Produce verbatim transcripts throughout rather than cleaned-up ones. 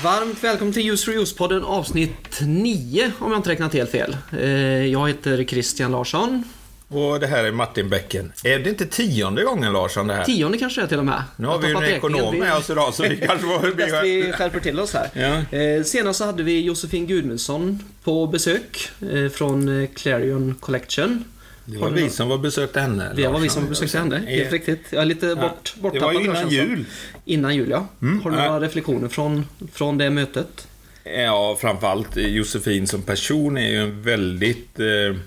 Varmt välkommen till Use for Use-podden avsnitt nio, om jag inte räknat helt fel. Jag heter Christian Larsson. Och det här är Martin Bäcken. Är det inte tionde gången, Larsson, det här? Tionde kanske det är till och med. Nu har vi ju en ekonom med oss idag, så vi kanske var... Bäst vi skärper till oss här. Ja. Senast så hade vi Josefin Gudmundsson på besök från Clarion Collection. Det var vi som var besökte henne. Det var vi som besökte henne, helt riktigt. Jag är lite bort, borttappad. Det var innan jul. Innan jul, ja. Mm. Har du några reflektioner från, från det mötet? Ja, framförallt Josefin som person är ju en väldigt eh,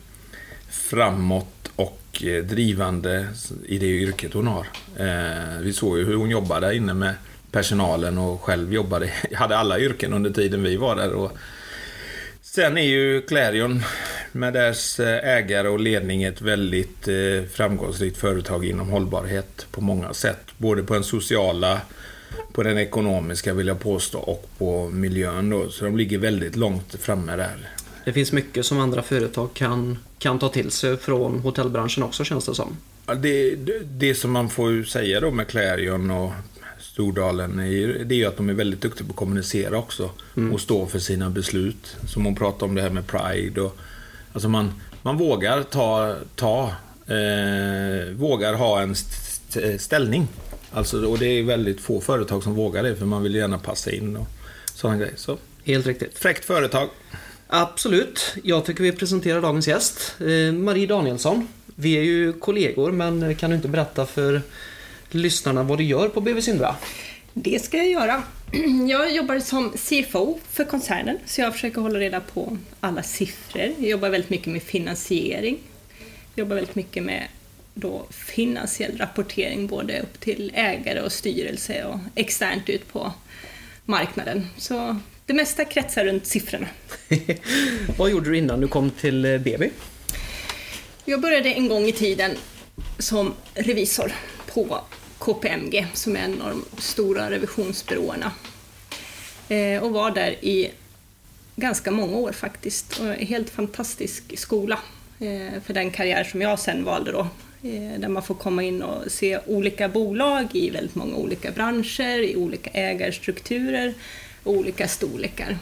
framåt och eh, drivande i det yrket hon har. Eh, vi såg ju hur hon jobbade inne med personalen och själv jobbade, hade alla yrken under tiden vi var där. Och sen är ju Clarion med dess ägare och ledning ett väldigt eh, framgångsrikt företag inom hållbarhet på många sätt. Både på den sociala, på den ekonomiska vill jag påstå, och på miljön då. Så de ligger väldigt långt framme där. Det finns mycket som andra företag kan, kan ta till sig från hotellbranschen också, känns det som. Ja, det, det, det som man får säga då med Clarion och Stordalen är, det är ju att de är väldigt duktiga på att kommunicera också. Mm. Och stå för sina beslut. Som hon pratar om det här med Pride och alltså man, man vågar ta, ta eh, vågar ha en st- ställning. Alltså, och det är väldigt få företag som vågar det, för man vill gärna passa in och sådana grejer. Så, helt riktigt. Fräckt företag. Absolut. Jag tycker vi presenterar dagens gäst, eh, Marie Danielsson. Vi är ju kollegor, men kan du inte berätta för lyssnarna vad du gör på B V Syndra? Det ska jag göra. Jag jobbar som C F O för koncernen, så jag försöker hålla reda på alla siffror. Jag jobbar väldigt mycket med finansiering. Jag jobbar väldigt mycket med då finansiell rapportering, både upp till ägare och styrelse och externt ut på marknaden. Så det mesta kretsar runt siffrorna. Vad gjorde du innan du kom till B B? Jag började en gång i tiden som revisor på K P M G, som är en av de stora revisionsbyråerna, eh, och var där i ganska många år faktiskt. Och en helt fantastisk skola eh, för den karriär som jag sen valde då, eh, där man får komma in och se olika bolag i väldigt många olika branscher, i olika ägarstrukturer och olika storlekar.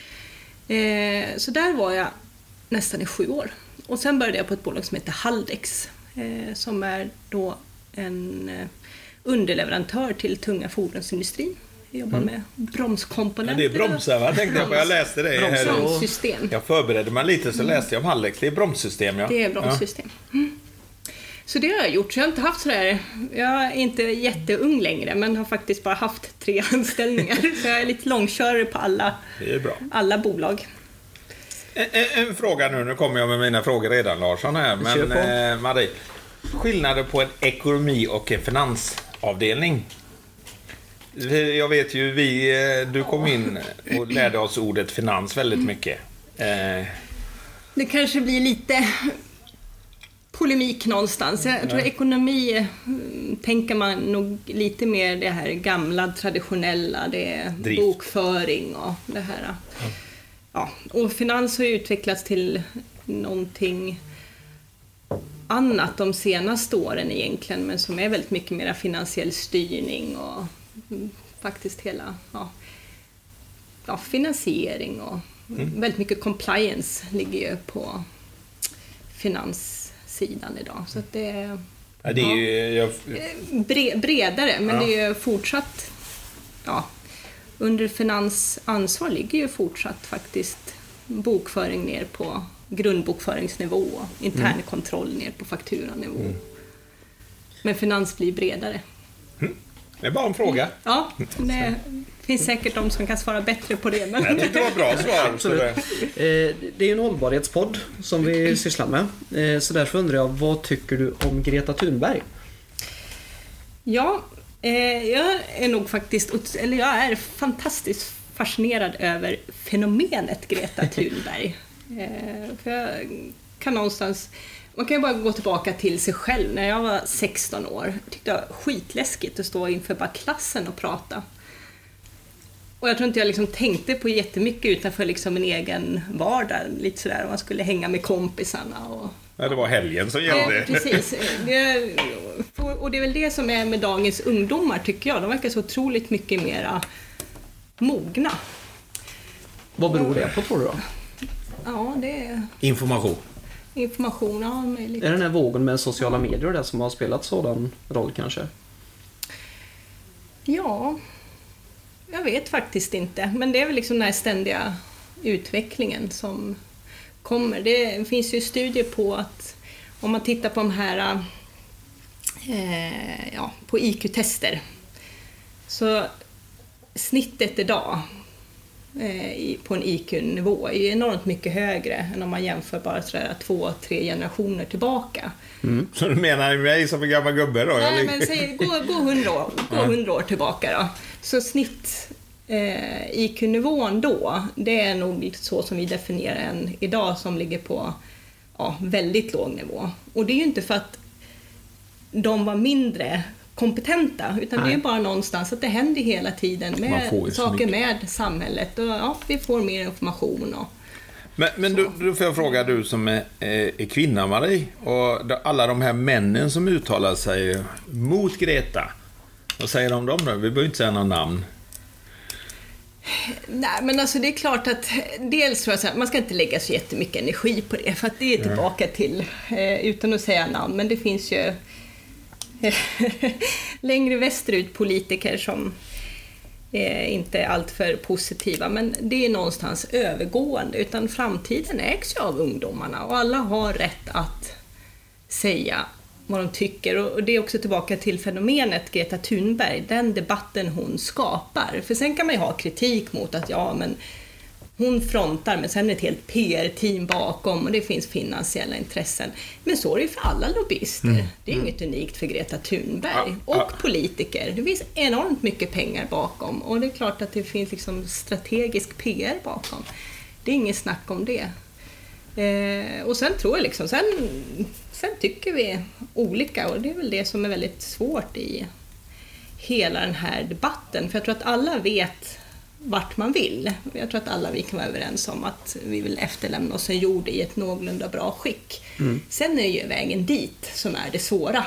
Eh, så där var jag nästan i sju år. Och sen började jag på ett bolag som heter Haldex, eh, som är då en eh, underleverantör till tunga fordonsindustrin. Jag jobbar mm. med bromskomponenter. Ja, det är bromsar, va? Tänkte jag på. Jag läste det. Bromssystem. Jag förberedde mig lite, så läste jag om Haldex. Det är bromssystem, ja. Det är bromssystem. Ja. Mm. Så det har jag gjort. Så jag har inte haft sådär, jag är inte jätteung längre, men har faktiskt bara haft tre anställningar. Så jag är lite långkörare på alla, det är bra. alla bolag. En, en, en fråga nu, nu kommer jag med mina frågor redan, Larsson här. Men eh, Marie, skillnader på en ekonomi och en finansavdelning. Jag vet ju, vi, du kom in och lärde oss ordet finans väldigt mycket. Eh. Det kanske blir lite polemik någonstans. Jag tror ekonomi tänker man nog lite mer det här gamla, traditionella, det är Drift. Bokföring och det här. Ja, och finans har ju utvecklats till någonting annat de senaste åren egentligen, men som är väldigt mycket mer finansiell styrning och faktiskt hela ja, ja, finansiering och mm. väldigt mycket compliance ligger ju på finanssidan idag. Så att det är, ja, det är ju, jag... bre, bredare, men ja. Det är ju fortsatt ja, under finansansvar ligger ju fortsatt faktiskt bokföring ner på grundbokföringsnivå och intern mm. kontroll ner på fakturanivå. Mm. Men finans blir bredare. Mm. Det är bara en fråga. Ja, det finns säkert de som kan svara bättre på det. Men... Jag tyckte det var bra svar. Absolut. Det är en hållbarhetspodd som vi sysslar med. Så därför undrar jag, vad tycker du om Greta Thunberg? Ja, jag är nog faktiskt, eller jag är fantastiskt fascinerad över fenomenet Greta Thunberg. För jag kan någonstans, man kan ju bara gå tillbaka till sig själv. När jag var sexton år tyckte jag skitläskigt att stå inför bara klassen och prata. Och jag tror inte jag liksom tänkte på jättemycket utanför liksom min egen vardag. Lite sådär, om man skulle hänga med kompisarna. Och, ja, det var helgen som gällde. Ja, precis. Det, och det är väl det som är med dagens ungdomar, tycker jag. De verkar så otroligt mycket mera mogna. Vad beror det på, tror du då? Ja, det är Information. information, ja, möjligt. Är det den här vågen med sociala medier där som har spelat sådan roll kanske? Ja, jag vet faktiskt inte. Men det är väl liksom den här ständiga utvecklingen som kommer. Det finns ju studier på att om man tittar på de här eh, ja, på I Q-tester, så snittet idag eh, i, på en I Q-nivå är ju enormt mycket högre än om man jämför bara sådär två, tre generationer tillbaka. Mm. Så du menar mig som en gammal gubbe då? Nej, men säg, gå, gå, hundra år, gå hundra år tillbaka då. Så snitt eh, I Q-nivån då, det är nog så som vi definierar en idag, som ligger på ja, väldigt låg nivå. Och det är ju inte för att de var mindre kompetenta, utan Nej. Det är bara någonstans att det händer hela tiden med saker med samhället, och ja, vi får mer information. Och men men du, du får jag fråga, du som är, är kvinna, Marie, och alla de här männen som uttalar sig mot Greta, vad säger de om dem då? Vi behöver inte säga någon namn. Nej, men alltså det är klart att dels tror jag att man ska inte lägga så jättemycket energi på det, för att det är tillbaka till, eh, utan att säga namn, men det finns ju längre västerut politiker som eh, inte är alltför positiva, men det är någonstans övergående, utan framtiden ägs ju av ungdomarna och alla har rätt att säga vad de tycker, och det är också tillbaka till fenomenet Greta Thunberg, den debatten hon skapar. För sen kan man ju ha kritik mot att ja, men hon frontar, men sen är det ett helt P R-team bakom och det finns finansiella intressen. Men så är det för alla lobbyister. Mm. Det är inget unikt för Greta Thunberg och ah, ah. politiker. Det finns enormt mycket pengar bakom, och det är klart att det finns liksom strategisk P R bakom. Det är inget snack om det. Eh, och sen tror jag liksom, sen, sen tycker vi olika, och det är väl det som är väldigt svårt i hela den här debatten. För jag tror att alla vet vart man vill. Jag tror att alla vi kan vara överens om att vi vill efterlämna oss en jord i ett någorlunda bra skick. Mm. Sen är det ju vägen dit som är det svåra.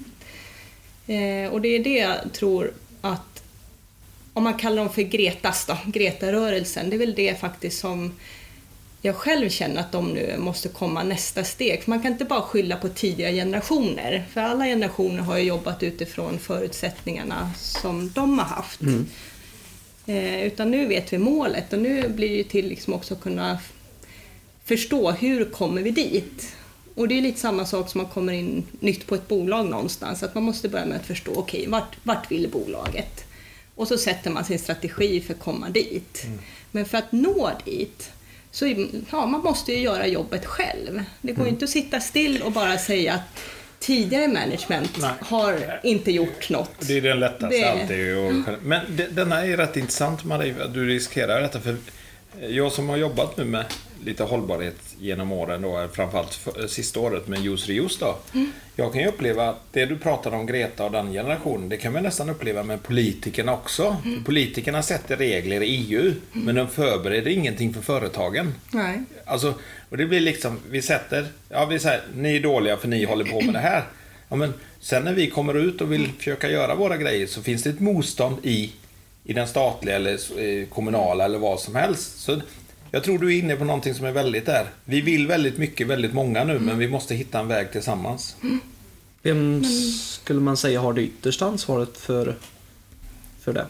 Eh, och det är det jag tror att, om man kallar dem för Gretas då, Greta-rörelsen, det är väl det faktiskt som jag själv känner att de nu måste komma nästa steg. För man kan inte bara skylla på tidigare generationer. För alla generationer har ju jobbat utifrån förutsättningarna som de har haft. Mm. Eh, utan nu vet vi målet, och nu blir det ju till liksom också kunna förstå hur kommer vi dit. Och det är lite samma sak som man kommer in nytt på ett bolag någonstans. Att man måste börja med att förstå, okej, okay, vart, vart vill bolaget? Och så sätter man sin strategi för att komma dit. Mm. Men för att nå dit, så ja, man måste ju göra jobbet själv. Det går mm. inte att sitta still och bara säga att tidigare management Nej. har inte gjort något. Det är den lättaste det... alltid. Och... Men det, denna är rätt intressant, Marie. Du riskerar detta, för jag som har jobbat nu med lite hållbarhet genom åren då, framförallt för, sista året med Use Reuse då. Mm. Jag kan ju uppleva att det du pratar om, Greta och den generationen, det kan man nästan uppleva med politikerna också. Mm. Politikerna sätter regler i E U, mm. men de förbereder ingenting för företagen. Nej. Alltså, och det blir liksom, vi sätter, ja vi säger, ni är dåliga för ni håller på med det här. Ja, men sen när vi kommer ut och vill försöka göra våra grejer, så finns det ett motstånd i, i den statliga eller kommunala eller vad som helst. Så jag tror du är inne på någonting som är väldigt där. Vi vill väldigt mycket, väldigt många nu, mm. men vi måste hitta en väg tillsammans. Mm. Vem skulle man säga har det yttersta ansvaret för, för det?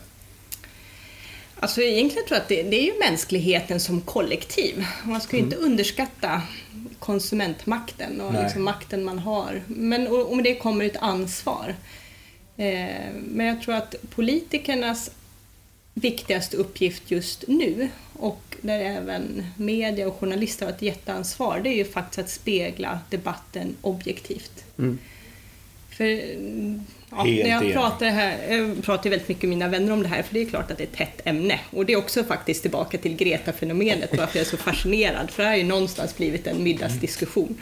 Alltså egentligen tror jag att det, det är ju mänskligheten som kollektiv. Man ska ju mm. inte underskatta konsumentmakten och liksom makten man har. Men och, och med det kommer ett ansvar. Eh, men jag tror att politikernas viktigaste uppgift just nu, och där även media och journalister har ett jätteansvar, det är ju faktiskt att spegla debatten objektivt. Mm. För ja, när jag pratar här, jag pratar väldigt mycket med mina vänner om det här, för det är klart att det är ett hett ämne. Och det är också faktiskt tillbaka till Greta-fenomenet, varför jag är så fascinerad. För det har ju någonstans blivit en middagsdiskussion.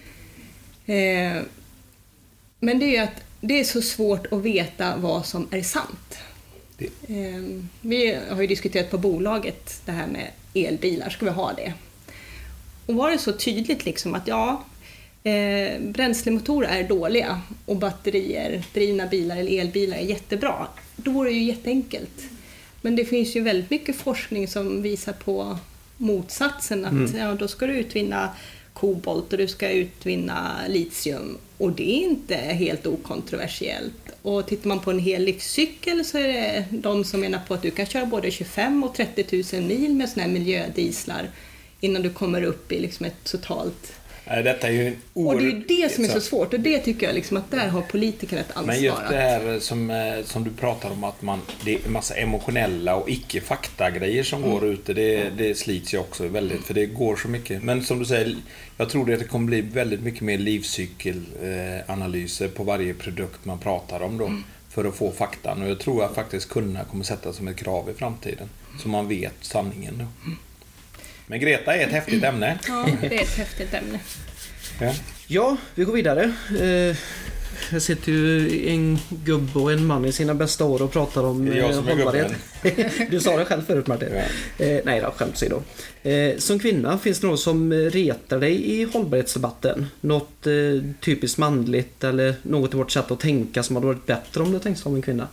Eh, men det är ju att det är så svårt att veta vad som är sant. Eh, vi har ju diskuterat på bolaget det här med elbilar, ska vi ha det? Och var det så tydligt liksom att ja, Eh, bränslemotorer är dåliga och batterier, drivna bilar eller elbilar är jättebra, då är det ju jätteenkelt. Men det finns ju väldigt mycket forskning som visar på motsatsen. Att mm. ja, då ska du utvinna kobolt och du ska utvinna litium. Och det är inte helt okontroversiellt. Och tittar man på en hel livscykel så är det de som menar på att du kan köra både tjugofem och trettio tusen mil med såna här miljödieslar innan du kommer upp i liksom ett totalt... Detta är ju en oer... Och det är ju det som är så svårt, och det tycker jag liksom att där har politiker ett ansvar. Men just det här som, som du pratar om, att man, det är en massa emotionella och icke-fakta-grejer som mm. går ute, det, det slits ju också väldigt, för det går så mycket. Men som du säger, jag tror att det kommer bli väldigt mycket mer livscykelanalyser på varje produkt man pratar om då, mm. för att få faktan. Och jag tror att faktiskt kunderna kommer sätta som ett krav i framtiden, så man vet sanningen då. Mm. Men Greta är ett häftigt ämne. Ja, det är ett häftigt ämne. Ja, ja vi går vidare. Eh, jag sitter ju en gubbe och en man i sina bästa år och pratar om jag som hållbarhet. Du sa det själv förut, Martin. Ja. Eh, nej då, skämt sig då. Eh, som kvinna, finns det något som retar dig i hållbarhetsdebatten? Något eh, typiskt manligt eller något i vårt sätt att tänka som hade varit bättre om du tänkte som en kvinna?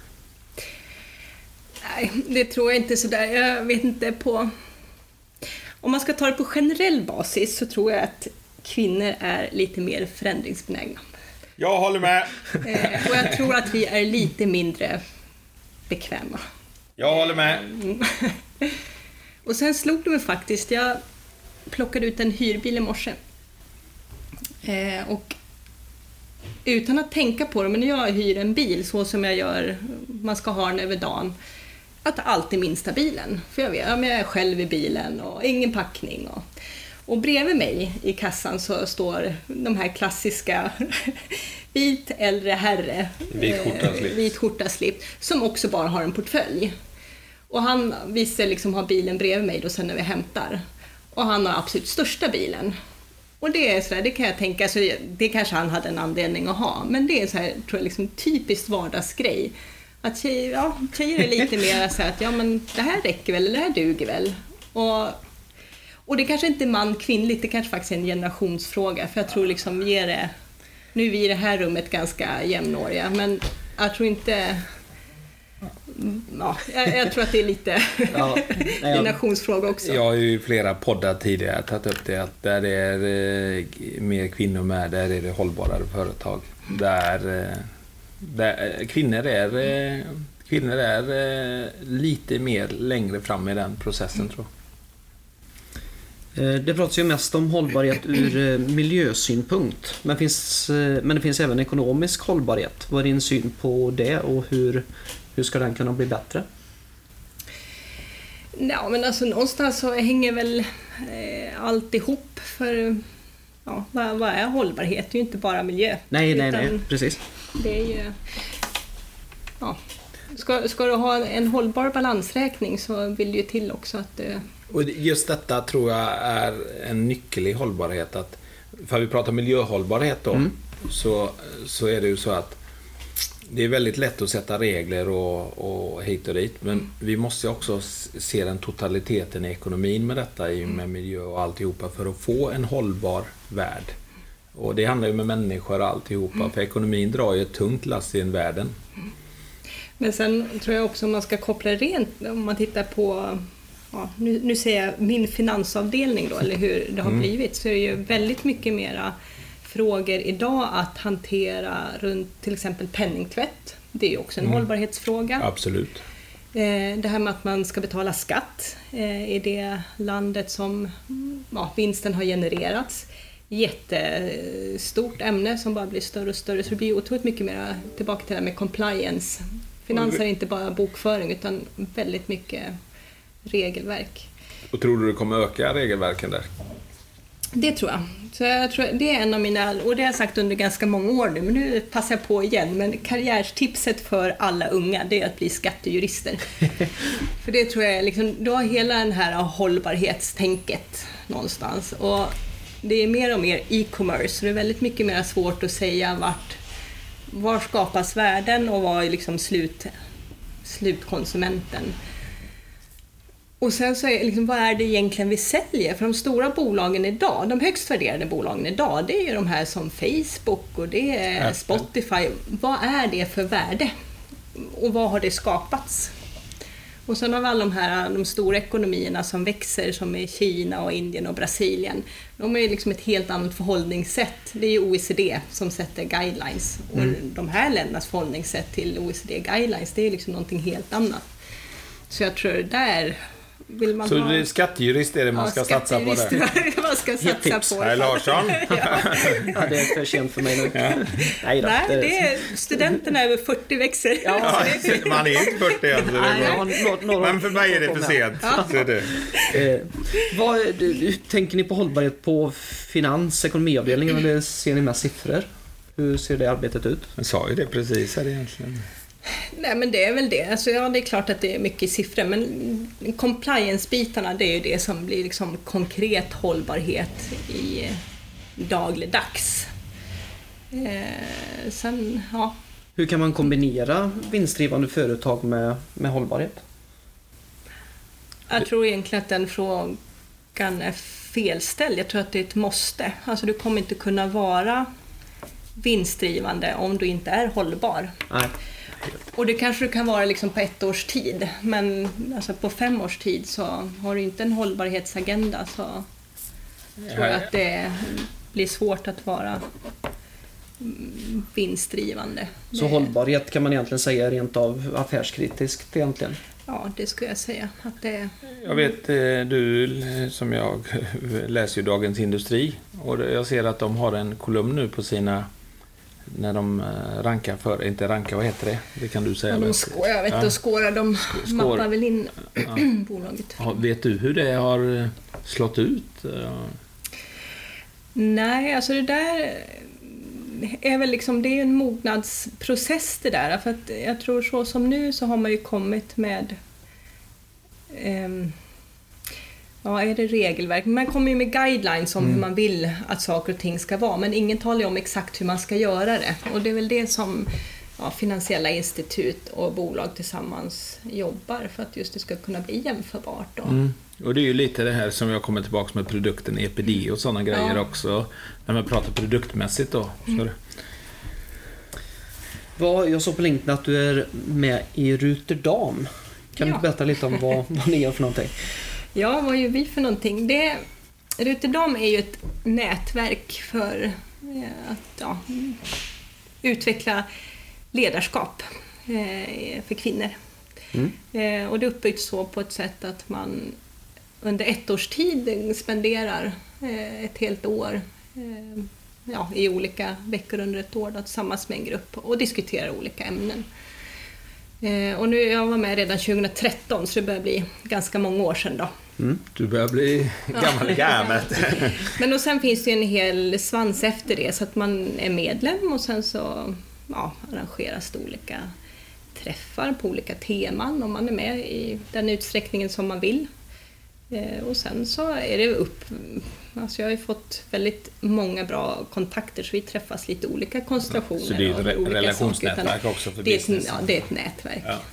Nej, det tror jag inte sådär. Jag vet inte på... Om man ska ta det på generell basis så tror jag att kvinnor är lite mer förändringsbenägna. Jag håller med. Eh, och jag tror att vi är lite mindre bekväma. Jag håller med. Och sen slog det mig faktiskt, jag plockade ut en hyrbil i morse. Eh, och utan att tänka på det, men när jag hyr en bil så som jag gör, man ska ha den över dagen, att alltid minsta bilen. För jag vet, jag är själv i bilen och ingen packning. Och, och bredvid mig i kassan så står de här klassiska vit äldre herre. Vit skjorta-slip. Eh, vit skjorta-slip, som också bara har en portfölj. Och han visar liksom ha bilen bredvid mig då sen när vi hämtar. Och han har absolut största bilen. Och det är så här, det kan jag tänka, så det kanske han hade en anledning att ha. Men det är så här, tror jag, liksom typiskt vardagsgrej. Att tjejer, ja, tjejer är lite mer så här att ja, men det här räcker väl, eller det här duger väl. Och, och det kanske inte är man kvinnligt, det kanske faktiskt är en generationsfråga. För jag tror liksom vi är det, nu är vi i det här rummet ganska jämnåriga, men jag tror inte... Ja, jag, jag tror att det är lite ja, generationsfråga också. Jag har ju flera poddar tidigare tagit upp det, att där det är eh, mer kvinnor med, där är det hållbarare företag. Där... Eh, Där, kvinnor är, kvinnor är lite mer längre fram i den processen, tror jag. Det pratas ju mest om hållbarhet ur miljösynpunkt, men, finns, men det finns även ekonomisk hållbarhet. Vad är din syn på det och hur, hur ska den kunna bli bättre? Ja, men alltså någonstans så hänger väl eh, allt ihop, för ja, vad, vad är hållbarhet? Det är ju inte bara miljö. Nej, nej, nej, precis. Det är ju, ja. Ska, ska du ha en hållbar balansräkning så vill det ju till också att det... Och just detta tror jag är en nyckel i hållbarhet. Att, för vi pratar miljöhållbarhet då, mm. så, så är det ju så att det är väldigt lätt att sätta regler och, och hit och dit. Men vi måste också se den totaliteten i ekonomin med detta, med miljö och alltihopa, för att få en hållbar värld. Och det handlar ju med människor och alltihopa, mm. för ekonomin drar ju ett tungt lass i en världen. Men sen tror jag också om man ska koppla rent, om man tittar på, ja, nu, nu säger jag min finansavdelning då, eller hur det har mm. blivit, så är det ju väldigt mycket mera frågor idag att hantera runt till exempel penningtvätt. Det är ju också en mm. hållbarhetsfråga. Absolut. Det här med att man ska betala skatt i det landet som ja, vinsten har genererats. Jättestort ämne som bara blir större och större, så det blir otroligt mycket mer tillbaka till det här med compliance. Finanser är inte bara bokföring utan väldigt mycket regelverk. Och tror du det kommer öka regelverken där? Det tror jag. Så jag tror det är en av mina, och det har jag sagt under ganska många år nu, men nu passar jag på igen, men karriärstipset för alla unga, det är att bli skattejurister. För det tror jag liksom, du har hela den här hållbarhetstänket någonstans, och det är mer och mer e-commerce, så det är väldigt mycket mer svårt att säga vart, var skapas värden och vad är liksom slut, slutkonsumenten. Och sen så är liksom, vad är det egentligen vi säljer? För de stora bolagen idag, de högst värderade bolagen idag, det är ju de här som Facebook och det är Spotify. Vad är det för värde? Och vad har det skapats? Och sen har vi alla de här de stora ekonomierna som växer, som är Kina och Indien och Brasilien. De har ju liksom ett helt annat förhållningssätt. Det är ju O E C D som sätter guidelines. Mm. Och de här ländernas förhållningssätt till O E C D guidelines, det är liksom någonting helt annat. Så jag tror där vill man så ha... det är skattejurist är det man ja, ska satsa på det? man ska satsa på. Hej Larsson! ja. ja, det är för känt för mig nu. Ja. Nej, då, Nej det är studenterna över fyrtio växer. Ja, ja, man är inte fyrtio än. Så Nej, ja, några, några men för mig är det för sent. Ja. Så det. Eh, vad, tänker ni på hållbarhet på finans, ekonomiavdelningen, eller ser ni med siffror? Hur ser det arbetet ut? Jag sa ju det precis här egentligen. Nej, men det är väl det. Alltså, ja, det är klart att det är mycket siffror, men compliance-bitarna, det är ju det som blir liksom konkret hållbarhet i dagligdags. Eh, sen, ja. Hur kan man kombinera vinstdrivande företag med, med hållbarhet? Jag tror egentligen att den frågan är felställd. Jag tror att det är ett måste. Alltså, du kommer inte kunna vara vinstdrivande om du inte är hållbar. Nej. Och det kanske du kan vara liksom på ett års tid, men alltså på fem års tid så har du inte en hållbarhetsagenda, så tror jag att det blir svårt att vara vinstdrivande. Så det... hållbarhet kan man egentligen säga rent av affärskritiskt egentligen? Ja, det skulle jag säga. Att det... Jag vet, du som jag läser ju Dagens Industri, och jag ser att de har en kolumn nu på sina, när de rankar för, inte rankar, vad heter det? Det kan du säga. Ja, de skår, jag vet inte, ja. skårar, de skår. mappar väl in ja. bolaget. Ja, vet du hur det har slått ut? Ja. Nej, alltså det där är väl liksom, det är en mognadsprocess det där. För att jag tror så som nu så har man ju kommit med um, ja, är det regelverk? Man kommer ju med guidelines om mm. hur man vill att saker och ting ska vara, men ingen talar ju om exakt hur man ska göra det. Och det är väl det som ja, finansiella institut och bolag tillsammans jobbar för att just det ska kunna bli jämförbart. Och, mm. och det är ju lite det här som jag kommer tillbaka med produkten E P D och sådana grejer ja. också, när man pratar produktmässigt då. Mm. Vad, jag såg på LinkedIn att du är med i Ruterdam. Kan ja. du berätta lite om vad, vad ni gör för någonting? Ja, vad gör vi för någonting? Det, Ruterdam är ju ett nätverk för att ja, utveckla ledarskap eh, för kvinnor. Mm. Eh, och det är uppbyggt så på ett sätt att man under ett års tid spenderar eh, ett helt år eh, ja, i olika veckor under ett år då, tillsammans med en grupp och diskuterar olika ämnen. Eh, och nu, jag var med redan tjugohundratretton, så det börjar bli ganska många år sedan då. Mm, du börjar bli gammal i gamet. Men och sen finns det ju en hel svans efter det, så att man är medlem och sen så ja, arrangeras det olika träffar på olika teman och man är med i den utsträckningen som man vill. Eh, och sen så är det upp... Alltså jag har ju fått väldigt många bra kontakter, så vi träffas lite olika konstellationer. Så det är ett re- relationsnätverk saker, också för det business? Är ett, ja, det är ett nätverk. Ja.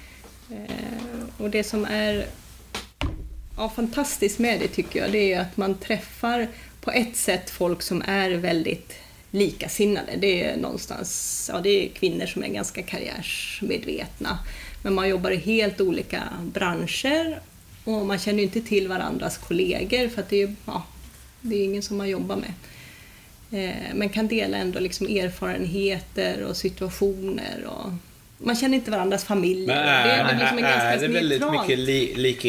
Eh, och det som är ja, fantastiskt med det tycker jag, det är att man träffar på ett sätt folk som är väldigt likasinnade. Det är någonstans, ja, det är kvinnor som är ganska karriärsmedvetna, men man jobbar i helt olika branscher och man känner ju inte till varandras kollegor för att det är, ja, det är ingen som man jobbar med. Eh, men kan dela ändå liksom erfarenheter och situationer och man känner inte varandras familjer. Men, det är, liksom en ganska är det väldigt neutralt. mycket li, lika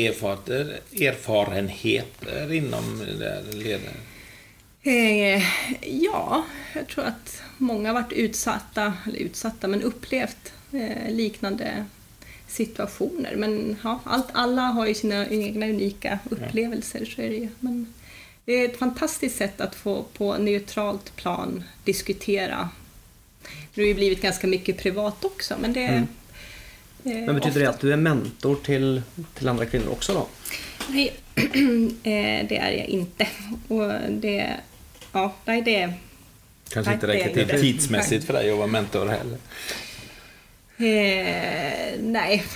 erfarenheter inom ledaren? Eh, ja, jag tror att många har varit utsatta, eller utsatta, men upplevt eh, liknande situationer. Men ja, allt, alla har ju sina egna unika upplevelser, ja. Så är det ju. Men det är ett fantastiskt sätt att få på neutralt plan diskutera. Det har ju blivit ganska mycket privat också, men det är... Mm. Men betyder ofta... det att du är mentor till, till andra kvinnor också då? Nej, det är jag inte. Och det... Ja, nej, det... Kanske inte räcker till tidsmässigt för dig att vara mentor heller. Eh, nej.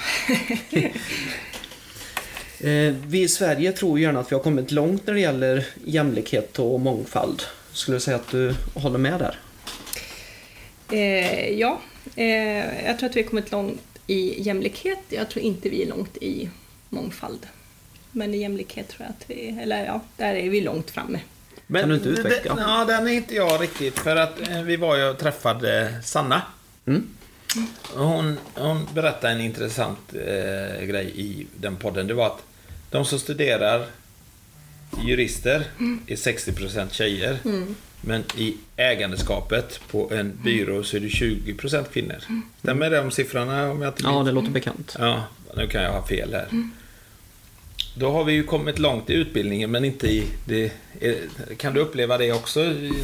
eh, vi i Sverige tror gärna att vi har kommit långt när det gäller jämlikhet och mångfald. Skulle du säga att du håller med där? Eh, ja, eh, jag tror att vi har kommit långt i jämlikhet. Jag tror inte vi är långt i mångfald. Men i jämlikhet tror jag att vi, eller ja, där är vi långt framme. Men kan du inte utveckla? Det, ja, den är inte jag riktigt. För att eh, vi var ju och träffade Sanna. Mm. Hon, hon berättade en intressant eh, grej i den podden. Det var att de som studerar jurister mm. är sextio procent tjejer. Mm. Men i ägandeskapet på en byrå så är det tjugo procent kvinnor. Mm. Stämmer de siffrorna? Om jag inte ja, det låter bekant. Ja, nu kan jag ha fel här. Mm. Då har vi ju kommit långt i utbildningen, men inte i det. Kan du uppleva det också?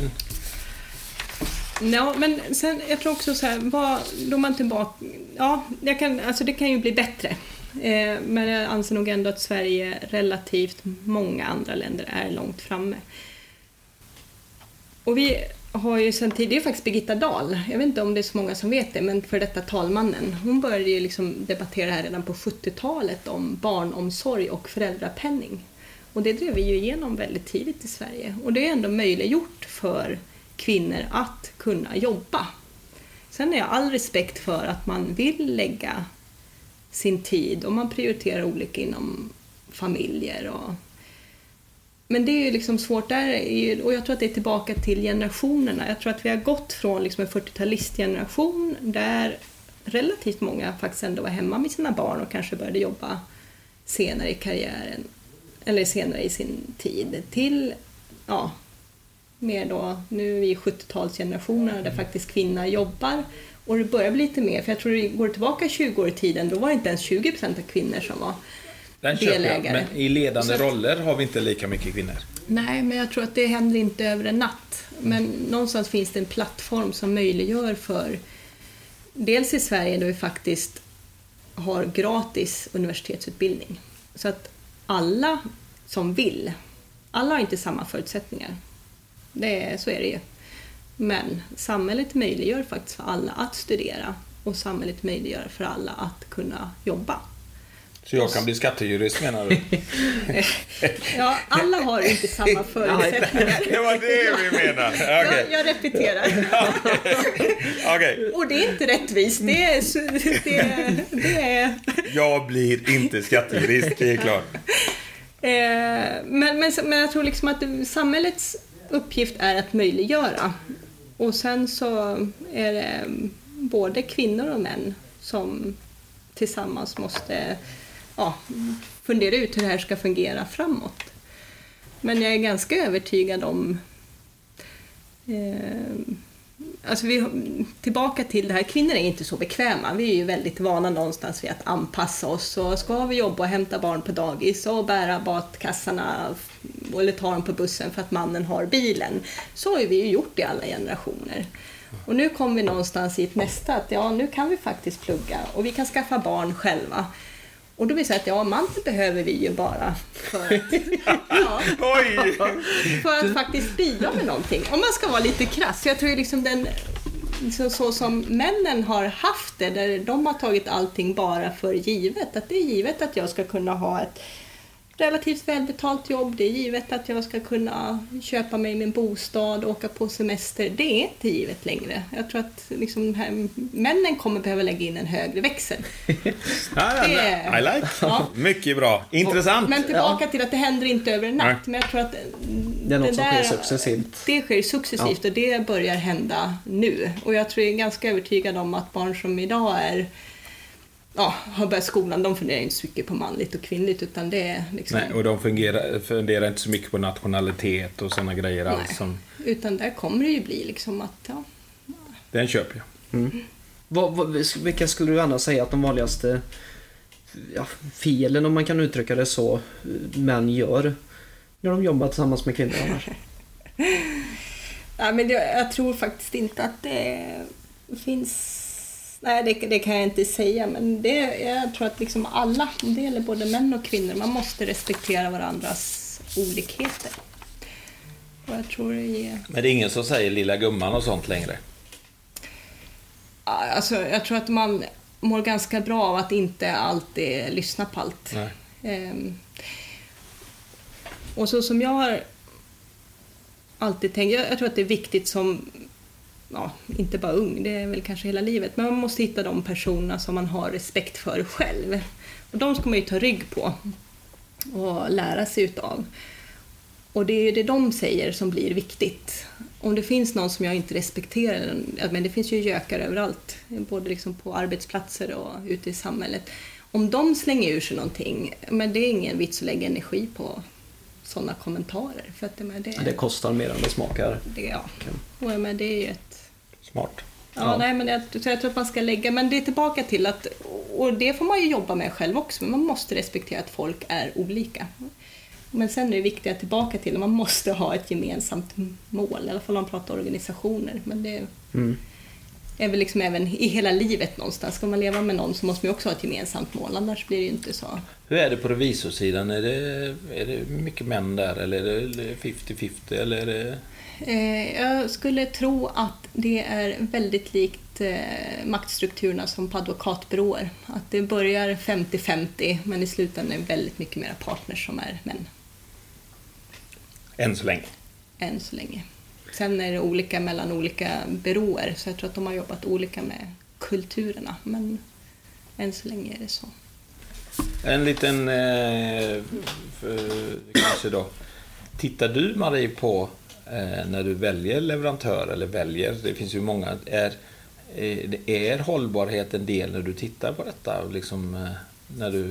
Ja, men sen jag tror också så här, vad då man tillbaka, ja, jag kan, alltså det kan ju bli bättre. Eh, men jag anser nog ändå att Sverige relativt många andra länder är långt framme. Och vi har ju sen tidigare faktiskt Birgitta Dahl, jag vet inte om det är så många som vet det, men för detta talmannen, hon började ju liksom debattera här redan på sjuttiotalet om barnomsorg och föräldrapenning. Och det drev vi ju igenom väldigt tidigt i Sverige. Och det är ändå möjliggjort för kvinnor att kunna jobba. Sen är jag all respekt för att man vill lägga sin tid och man prioriterar olika inom familjer. Och... Men det är ju liksom svårt där, och jag tror att det är tillbaka till generationerna. Jag tror att vi har gått från liksom en fyrtiotalistgeneration där relativt många faktiskt ändå var hemma med sina barn och kanske började jobba senare i karriären eller senare i sin tid till, ja, mer då, nu är vi sjuttiotalsgenerationer där faktiskt kvinnor jobbar och det börjar bli lite mer, för jag tror det går tillbaka tjugo år i tiden, då var det inte ens tjugo procent av kvinnor som var den delägare. Men i ledande att, roller har vi inte lika mycket kvinnor. Nej, men jag tror att det händer inte över en natt. Men någonstans finns det en plattform som möjliggör för, dels i Sverige då vi faktiskt har gratis universitetsutbildning. Så att alla som vill, alla har inte samma förutsättningar. Det är, så är det ju. Men samhället möjliggör faktiskt för alla att studera och samhället möjliggör för alla att kunna jobba. Så jag kan bli skattejurist, menar du? Ja, alla har inte samma förutsättningar. Det var det vi menar. Okay. Jag, jag repeterar. Okay. Och det är inte rättvist. Det är, det, det är... Jag blir inte skattejurist, det är klart. Men, men, men jag tror liksom att samhällets uppgift är att möjliggöra. Och sen så är det både kvinnor och män som tillsammans måste, ja, fundera ut hur det här ska fungera framåt. Men jag är ganska övertygad om, eh, alltså vi, tillbaka till det här, kvinnor är inte så bekväma. Vi är ju väldigt vana någonstans vid att anpassa oss. Och ska vi jobba och hämta barn på dagis och bära batkassarna eller ta dem på bussen för att mannen har bilen, så har vi ju gjort i alla generationer. Och nu kommer vi någonstans i ett nästa att ja, nu kan vi faktiskt plugga och vi kan skaffa barn själva. Och då vill jag säga att ja, mannen behöver vi ju bara för att, ja, för att faktiskt bidra med någonting. Om man ska vara lite krass. Jag tror ju liksom den, liksom så som männen har haft det, där de har tagit allting bara för givet. Att det är givet att jag ska kunna ha ett relativt välbetalt jobb. Det är givet att jag ska kunna köpa mig min bostad och åka på semester. Det är inte givet längre. Jag tror att liksom här, männen kommer behöva lägga in en högre växel. Ja, I like. Ja. Mycket bra. Intressant. Men tillbaka ja. till att det händer inte över en natt. Nej. Men jag tror att det är något som sker successivt. Det sker successivt ja. och det börjar hända nu. Och jag tror jag är ganska övertygad om att barn som idag är ja, har börjat skolan, de funderar inte så mycket på manligt och kvinnligt, utan det är liksom... Nej, och de fungerar, funderar inte så mycket på nationalitet och sådana grejer alls som... utan där kommer det ju bli liksom att, ja... Den köper jag. Mm. Vad, vad, vilka skulle du annars säga att de vanligaste ja, felen, om man kan uttrycka det så, män gör när de jobbar tillsammans med kvinnor annars? Ja, men det, jag tror faktiskt inte att det finns... Nej, det, det kan jag inte säga, men det, jag tror att liksom alla, det gäller både män och kvinnor, man måste respektera varandras olikheter. Och jag tror det är... Men det är ingen som säger lilla gumman och sånt längre? Alltså, jag tror att man mår ganska bra av att inte alltid lyssna på allt. Nej. Ehm, och så som jag har alltid tänkt, jag, jag tror att det är viktigt som ja, inte bara ung, det är väl kanske hela livet, men man måste hitta de personerna som man har respekt för själv. Och de ska man ju ta rygg på och lära sig utav. Och det är ju det de säger som blir viktigt. Om det finns någon som jag inte respekterar, men det finns ju gökar överallt, både liksom på arbetsplatser och ute i samhället. Om de slänger ur sig någonting, men det är ingen vits att lägga energi på sådana kommentarer. För att det, det, det kostar mer än det smakar. Det, ja, och, men det är ju ett... Smart. Ja, Ja. Nej, men jag, så jag tror att man ska lägga, men det är tillbaka till att, och det får man ju jobba med själv också, men man måste respektera att folk är olika. Men sen är det viktigt tillbaka till att man måste ha ett gemensamt mål, i alla fall om man pratar organisationer. Men det Mm. är väl liksom även i hela livet någonstans. Ska man leva med någon så måste man också ha ett gemensamt mål, annars blir det ju inte så. Hur är det på revisorsidan? Är det, är det mycket män där eller är det femtio femtio? Eller är det... Eh, jag skulle tro att det är väldigt likt eh, maktstrukturerna som på advokatbyråer. Att det börjar femtio femtio, men i slutändan är det väldigt mycket mer partners som är män. Än så länge. Än så länge. Sen är det olika mellan olika byråer, så jag tror att de har jobbat olika med kulturerna, men än så länge är det så. En liten... Eh, för, kanske då. Tittar du, Marie, på eh, när du väljer leverantör eller väljer, det finns ju många, är, är, är hållbarhet en del när du tittar på detta? Liksom, eh, när du...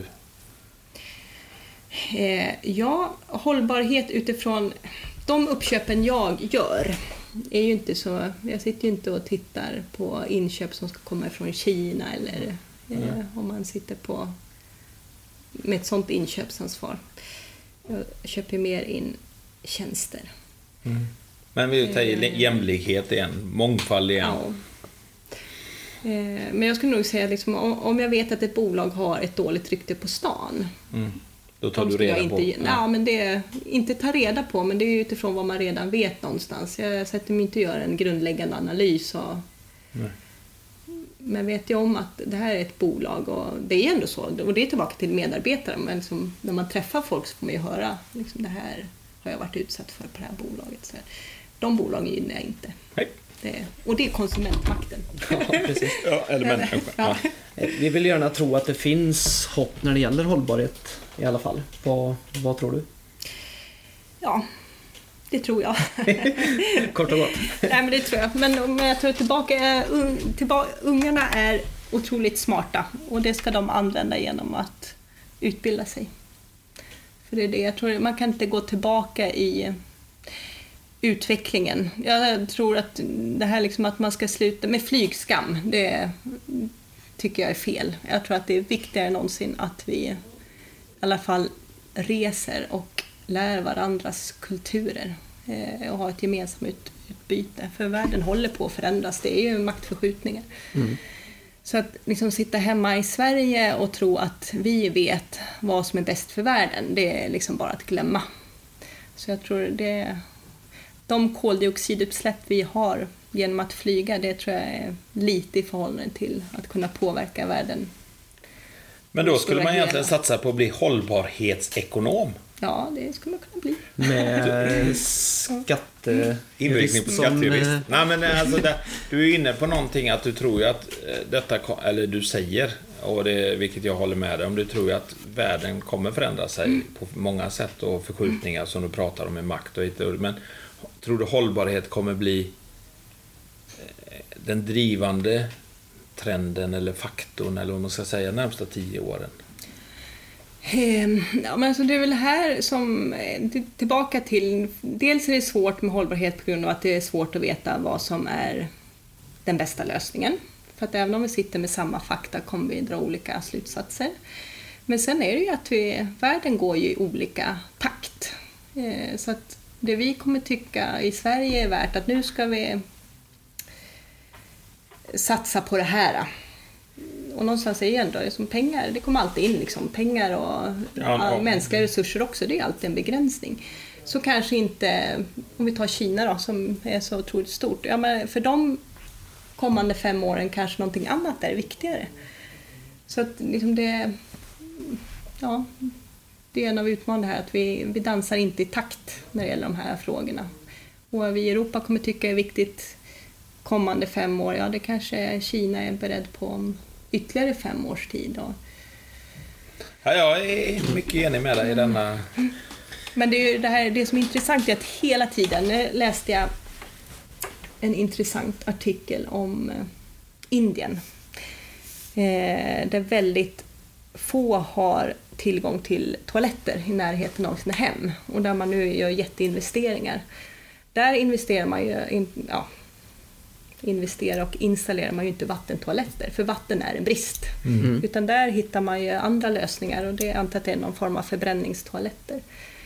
Eh, ja, hållbarhet utifrån de uppköpen jag gör är ju inte så, jag sitter ju inte och tittar på inköp som ska komma från Kina eller eh, Mm. om man sitter på med ett sånt inköpsansvar. Jag köper mer in tjänster. Mm. Men vi tar Eh. jämlikhet igen, mångfald igen. Ja. Eh, men jag skulle nog säga liksom, om, om jag vet att ett bolag har ett dåligt rykte på stan, Mm. Då tar de du skulle jag reda inte, på... ge- ja, men det är inte ta reda på, men det är utifrån vad man redan vet någonstans. Jag sätter mig inte att göra en grundläggande analys. Och, Nej. men vet jag om att det här är ett bolag och det är ändå så, och det är tillbaka till medarbetare, men liksom, när man träffar folk så får man ju höra liksom, det här har jag varit utsatt för på det här bolaget. Så de bolagen gillar jag inte. Nej. Det, och det är konsumentmakten. Ja, precis. Ja, eller människa. Ja. Ja. Vi vill gärna tro att det finns hopp när det gäller hållbarhet i alla fall. Vad, vad tror du? Ja, det tror jag. Kort och gott. Nej, men det tror jag. Men om jag tar tillbaka, un, tillbaka, ungarna är otroligt smarta och det ska de använda genom att utbilda sig. För det är det, jag tror man kan inte gå tillbaka i utvecklingen. Jag tror att det här liksom att man ska sluta med flygskam, det tycker jag är fel. Jag tror att det är viktigare än någonsin att vi i alla fall reser och lär varandras kulturer eh, och har ett gemensamt ut, utbyte. För världen håller på att förändras, det är ju maktförskjutningar. Mm. Så att liksom sitta hemma i Sverige och tro att vi vet vad som är bäst för världen, det är liksom bara att glömma. Så jag tror det, de koldioxidutsläpp vi har genom att flyga, det tror jag är lite i förhållande till att kunna påverka världen. Men då skulle man Hela. egentligen satsa på att bli hållbarhetsekonom. Ja, det skulle man kunna bli. Med skatte... Inriktning på som, skattejurist. eh, Nej, men alltså det, du är inne på någonting att du tror ju att eh, detta, ko- eller du säger, och det, vilket jag håller med dig om, du tror ju att världen kommer förändra sig Mm. på många sätt och förskjutningar som du pratar om med makt och inte. Men tror du hållbarhet kommer bli eh, den drivande trenden eller faktorn eller vad man ska säga närmsta tio åren? Ehm, Ja, men alltså det är väl här som, eh, till- tillbaka till, dels är det svårt med hållbarhet på grund av att det är svårt att veta vad som är den bästa lösningen. För att även om vi sitter med samma fakta kommer vi dra olika slutsatser. Men sen är det ju att vi, världen går ju i olika takt. Eh, Så att det vi kommer tycka i Sverige är värt att nu ska vi satsa på det här. Och någonstans är det ändå liksom pengar, det kommer alltid in liksom, pengar och Ja, ja. mänskliga resurser också, det är alltid en begränsning. Så kanske inte, om vi tar Kina då som är så otroligt stort, ja, men för de kommande fem åren kanske någonting annat är viktigare. Så att liksom det, ja, det är en av utmaningarna här, att vi, vi dansar inte i takt när det gäller de här frågorna. Och vi i Europa kommer tycka det är viktigt kommande fem år, ja det kanske Kina är beredd på om ytterligare fem års tid. Då. Ja, jag är mycket enig med dig i denna. Men det, är ju det, här, det som är intressant är att hela tiden läste jag en intressant artikel om eh, Indien. Eh, där väldigt få har tillgång till toaletter i närheten av sina hem. Och där man nu gör jätteinvesteringar. Där investerar man ju, in, ja, investerar och installerar man ju inte vattentoaletter. För vatten är en brist. Mm. Utan där hittar man ju andra lösningar. Och det är antar att det är någon form av förbränningstoaletter.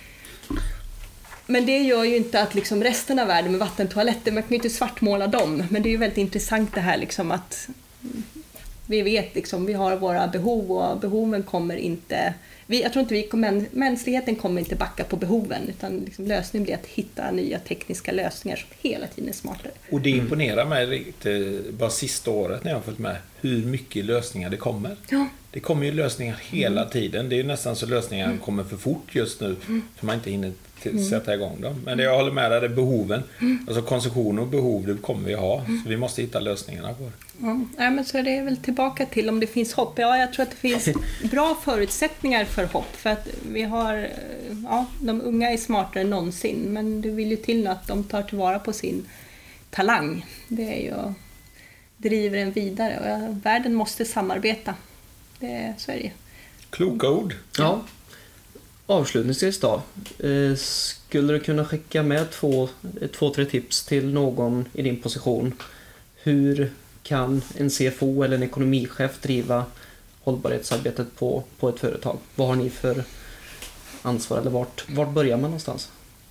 Men det gör ju inte att liksom resten av världen med vattentoaletter, man kan ju inte svartmåla dem. Men det är ju väldigt intressant det här liksom att vi vet liksom, vi har våra behov och behoven kommer inte, vi, jag tror inte vi kommer, mänskligheten kommer inte backa på behoven utan liksom lösningen blir att hitta nya tekniska lösningar som hela tiden är smartare. Och det imponerar mig riktigt, bara sista året när jag har följt med hur mycket lösningar det kommer. Ja. Det kommer ju lösningar hela mm. tiden. Det är ju nästan så lösningar mm. kommer för fort just nu mm. för man inte hinner till, mm. sätta igång dem. Men det jag håller med dig, det är behoven. Mm. Alltså konsumtion och behov, det kommer vi ha. Mm. Så vi måste hitta lösningarna på det. Ja, ja, men så är det väl tillbaka till om det finns hopp. Ja, jag tror att det finns bra förutsättningar för hopp. För att vi har, ja, de unga är smartare än någonsin. Men det vill ju till att de tar tillvara på sin talang. Det är ju, driver en vidare. Och ja, världen måste samarbeta. Det, så är det ju. Kloka ord. Ja. Avslutningsvis då. Skulle du kunna skicka med två, två, tre tips till någon i din position? Hur kan en C F O eller en ekonomichef driva hållbarhetsarbetet på, på ett företag? Vad har ni för ansvar eller vart, vart börjar man någonstans?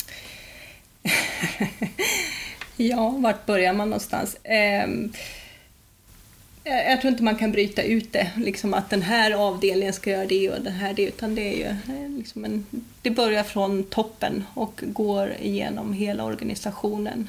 Ja, vart börjar man någonstans? Um... Jag tror inte man kan bryta ut det, liksom att den här avdelningen ska göra det och den här det, utan det är ju liksom en, det börjar från toppen och går igenom hela organisationen.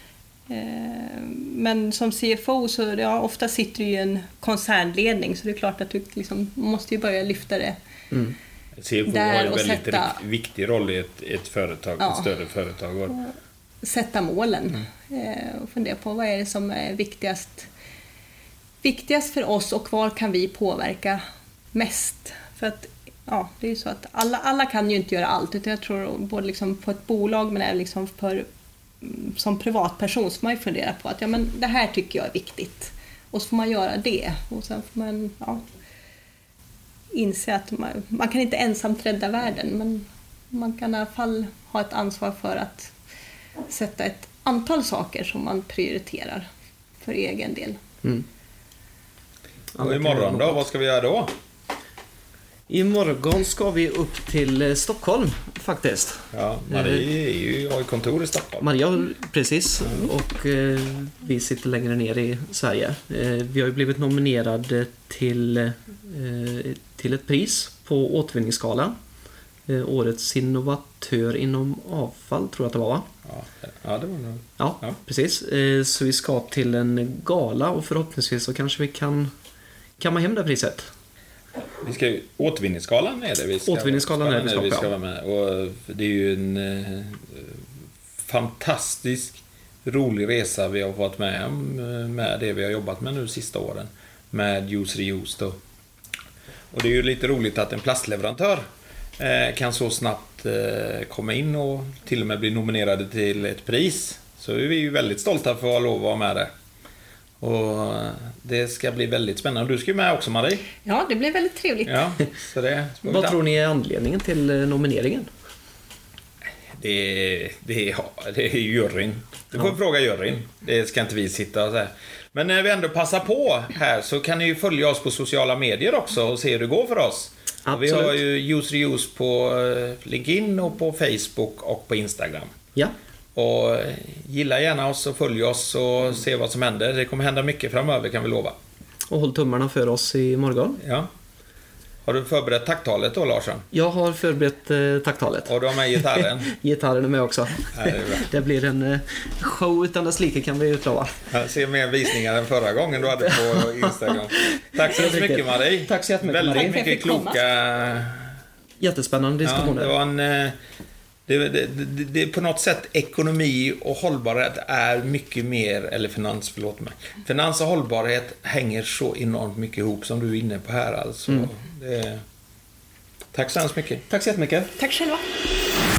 Men som C F O så ja, ofta sitter du i en koncernledning så det är klart att du liksom måste ju börja lyfta det. Mm. C F O har ju väldigt sätta, viktig roll i ett, ett företag, ja, ett större företag. Och sätta målen mm. och fundera på vad är det som är viktigast Viktigast för oss och var kan vi påverka mest? För att ja, det är ju så att alla, alla kan ju inte göra allt. Utan jag tror både liksom på ett bolag men även liksom för, som privatperson så man ju fundera på att ja, men det här tycker jag är viktigt. Och så får man göra det. Och sen får man ja, inse att man, man kan inte ensamt rädda världen. Men man kan i alla fall ha ett ansvar för att sätta ett antal saker som man prioriterar för egen del. Mm. Och imorgon då? Vad ska vi göra då? Imorgon ska vi upp till Stockholm faktiskt. Ja, Marie är ju i kontor i Stockholm. Maria, precis. Mm. Och eh, vi sitter längre ner i Sverige. Eh, vi har ju blivit nominerade till, eh, till ett pris på återvinningsskalan. Eh, årets innovatör inom avfall tror jag att det var, va? Ja, ja det var nog. Ja, ja, precis. Eh, så vi ska till en gala och förhoppningsvis så kanske vi kan kan man hem det priset. Vi ska ju, återvinningsskalan är det vi ska, återvinningsskalan är det vi ska, vi ska vara med. Och det är ju en eh, fantastisk rolig resa vi har varit med om med det vi har jobbat med nu sista åren med Use Reuse då. Och det är ju lite roligt att en plastleverantör eh, kan så snabbt eh, komma in och till och med bli nominerade till ett pris. Så är vi ju väldigt stolta för att ha lov att vara med det. Och det ska bli väldigt spännande. Du ska ju med också, Marie. Ja, det blir väldigt trevligt. Ja, så det, vad tror ni är anledningen till nomineringen? Det, det, det är juryn. Du får ja. fråga juryn. Det ska inte vi sitta och säga. Men när vi ändå passar på här så kan ni ju följa oss på sociala medier också och se hur det går för oss. Vi har ju Use Reuse på LinkedIn och på Facebook och på Instagram. Ja. Och gilla gärna oss och följ oss och se vad som händer. Det kommer hända mycket framöver kan vi lova. Och håll tummarna för oss i morgon. Ja. Har du förberett tacktalet då, Larsson? Jag har förberett eh, tacktalet. Och du har med gitarren? Gitarren är med också. Ja, det, är bra. Det blir en eh, show utan dess like kan vi utlova. Jag ser mer visningar än förra gången du hade på Instagram. Tack så mycket, Marie. Tack så jättemycket, Väldigt Marie. mycket kloka... Jättespännande diskussioner. Ja, det var en... Eh, Det, det, det, det är på något sätt ekonomi och hållbarhet är mycket mer, eller finans, förlåt mig. Finans och hållbarhet hänger så enormt mycket ihop som du är inne på här. Alltså. Mm. Det, tack så hemskt mycket. Tack så jättemycket. Tack själva.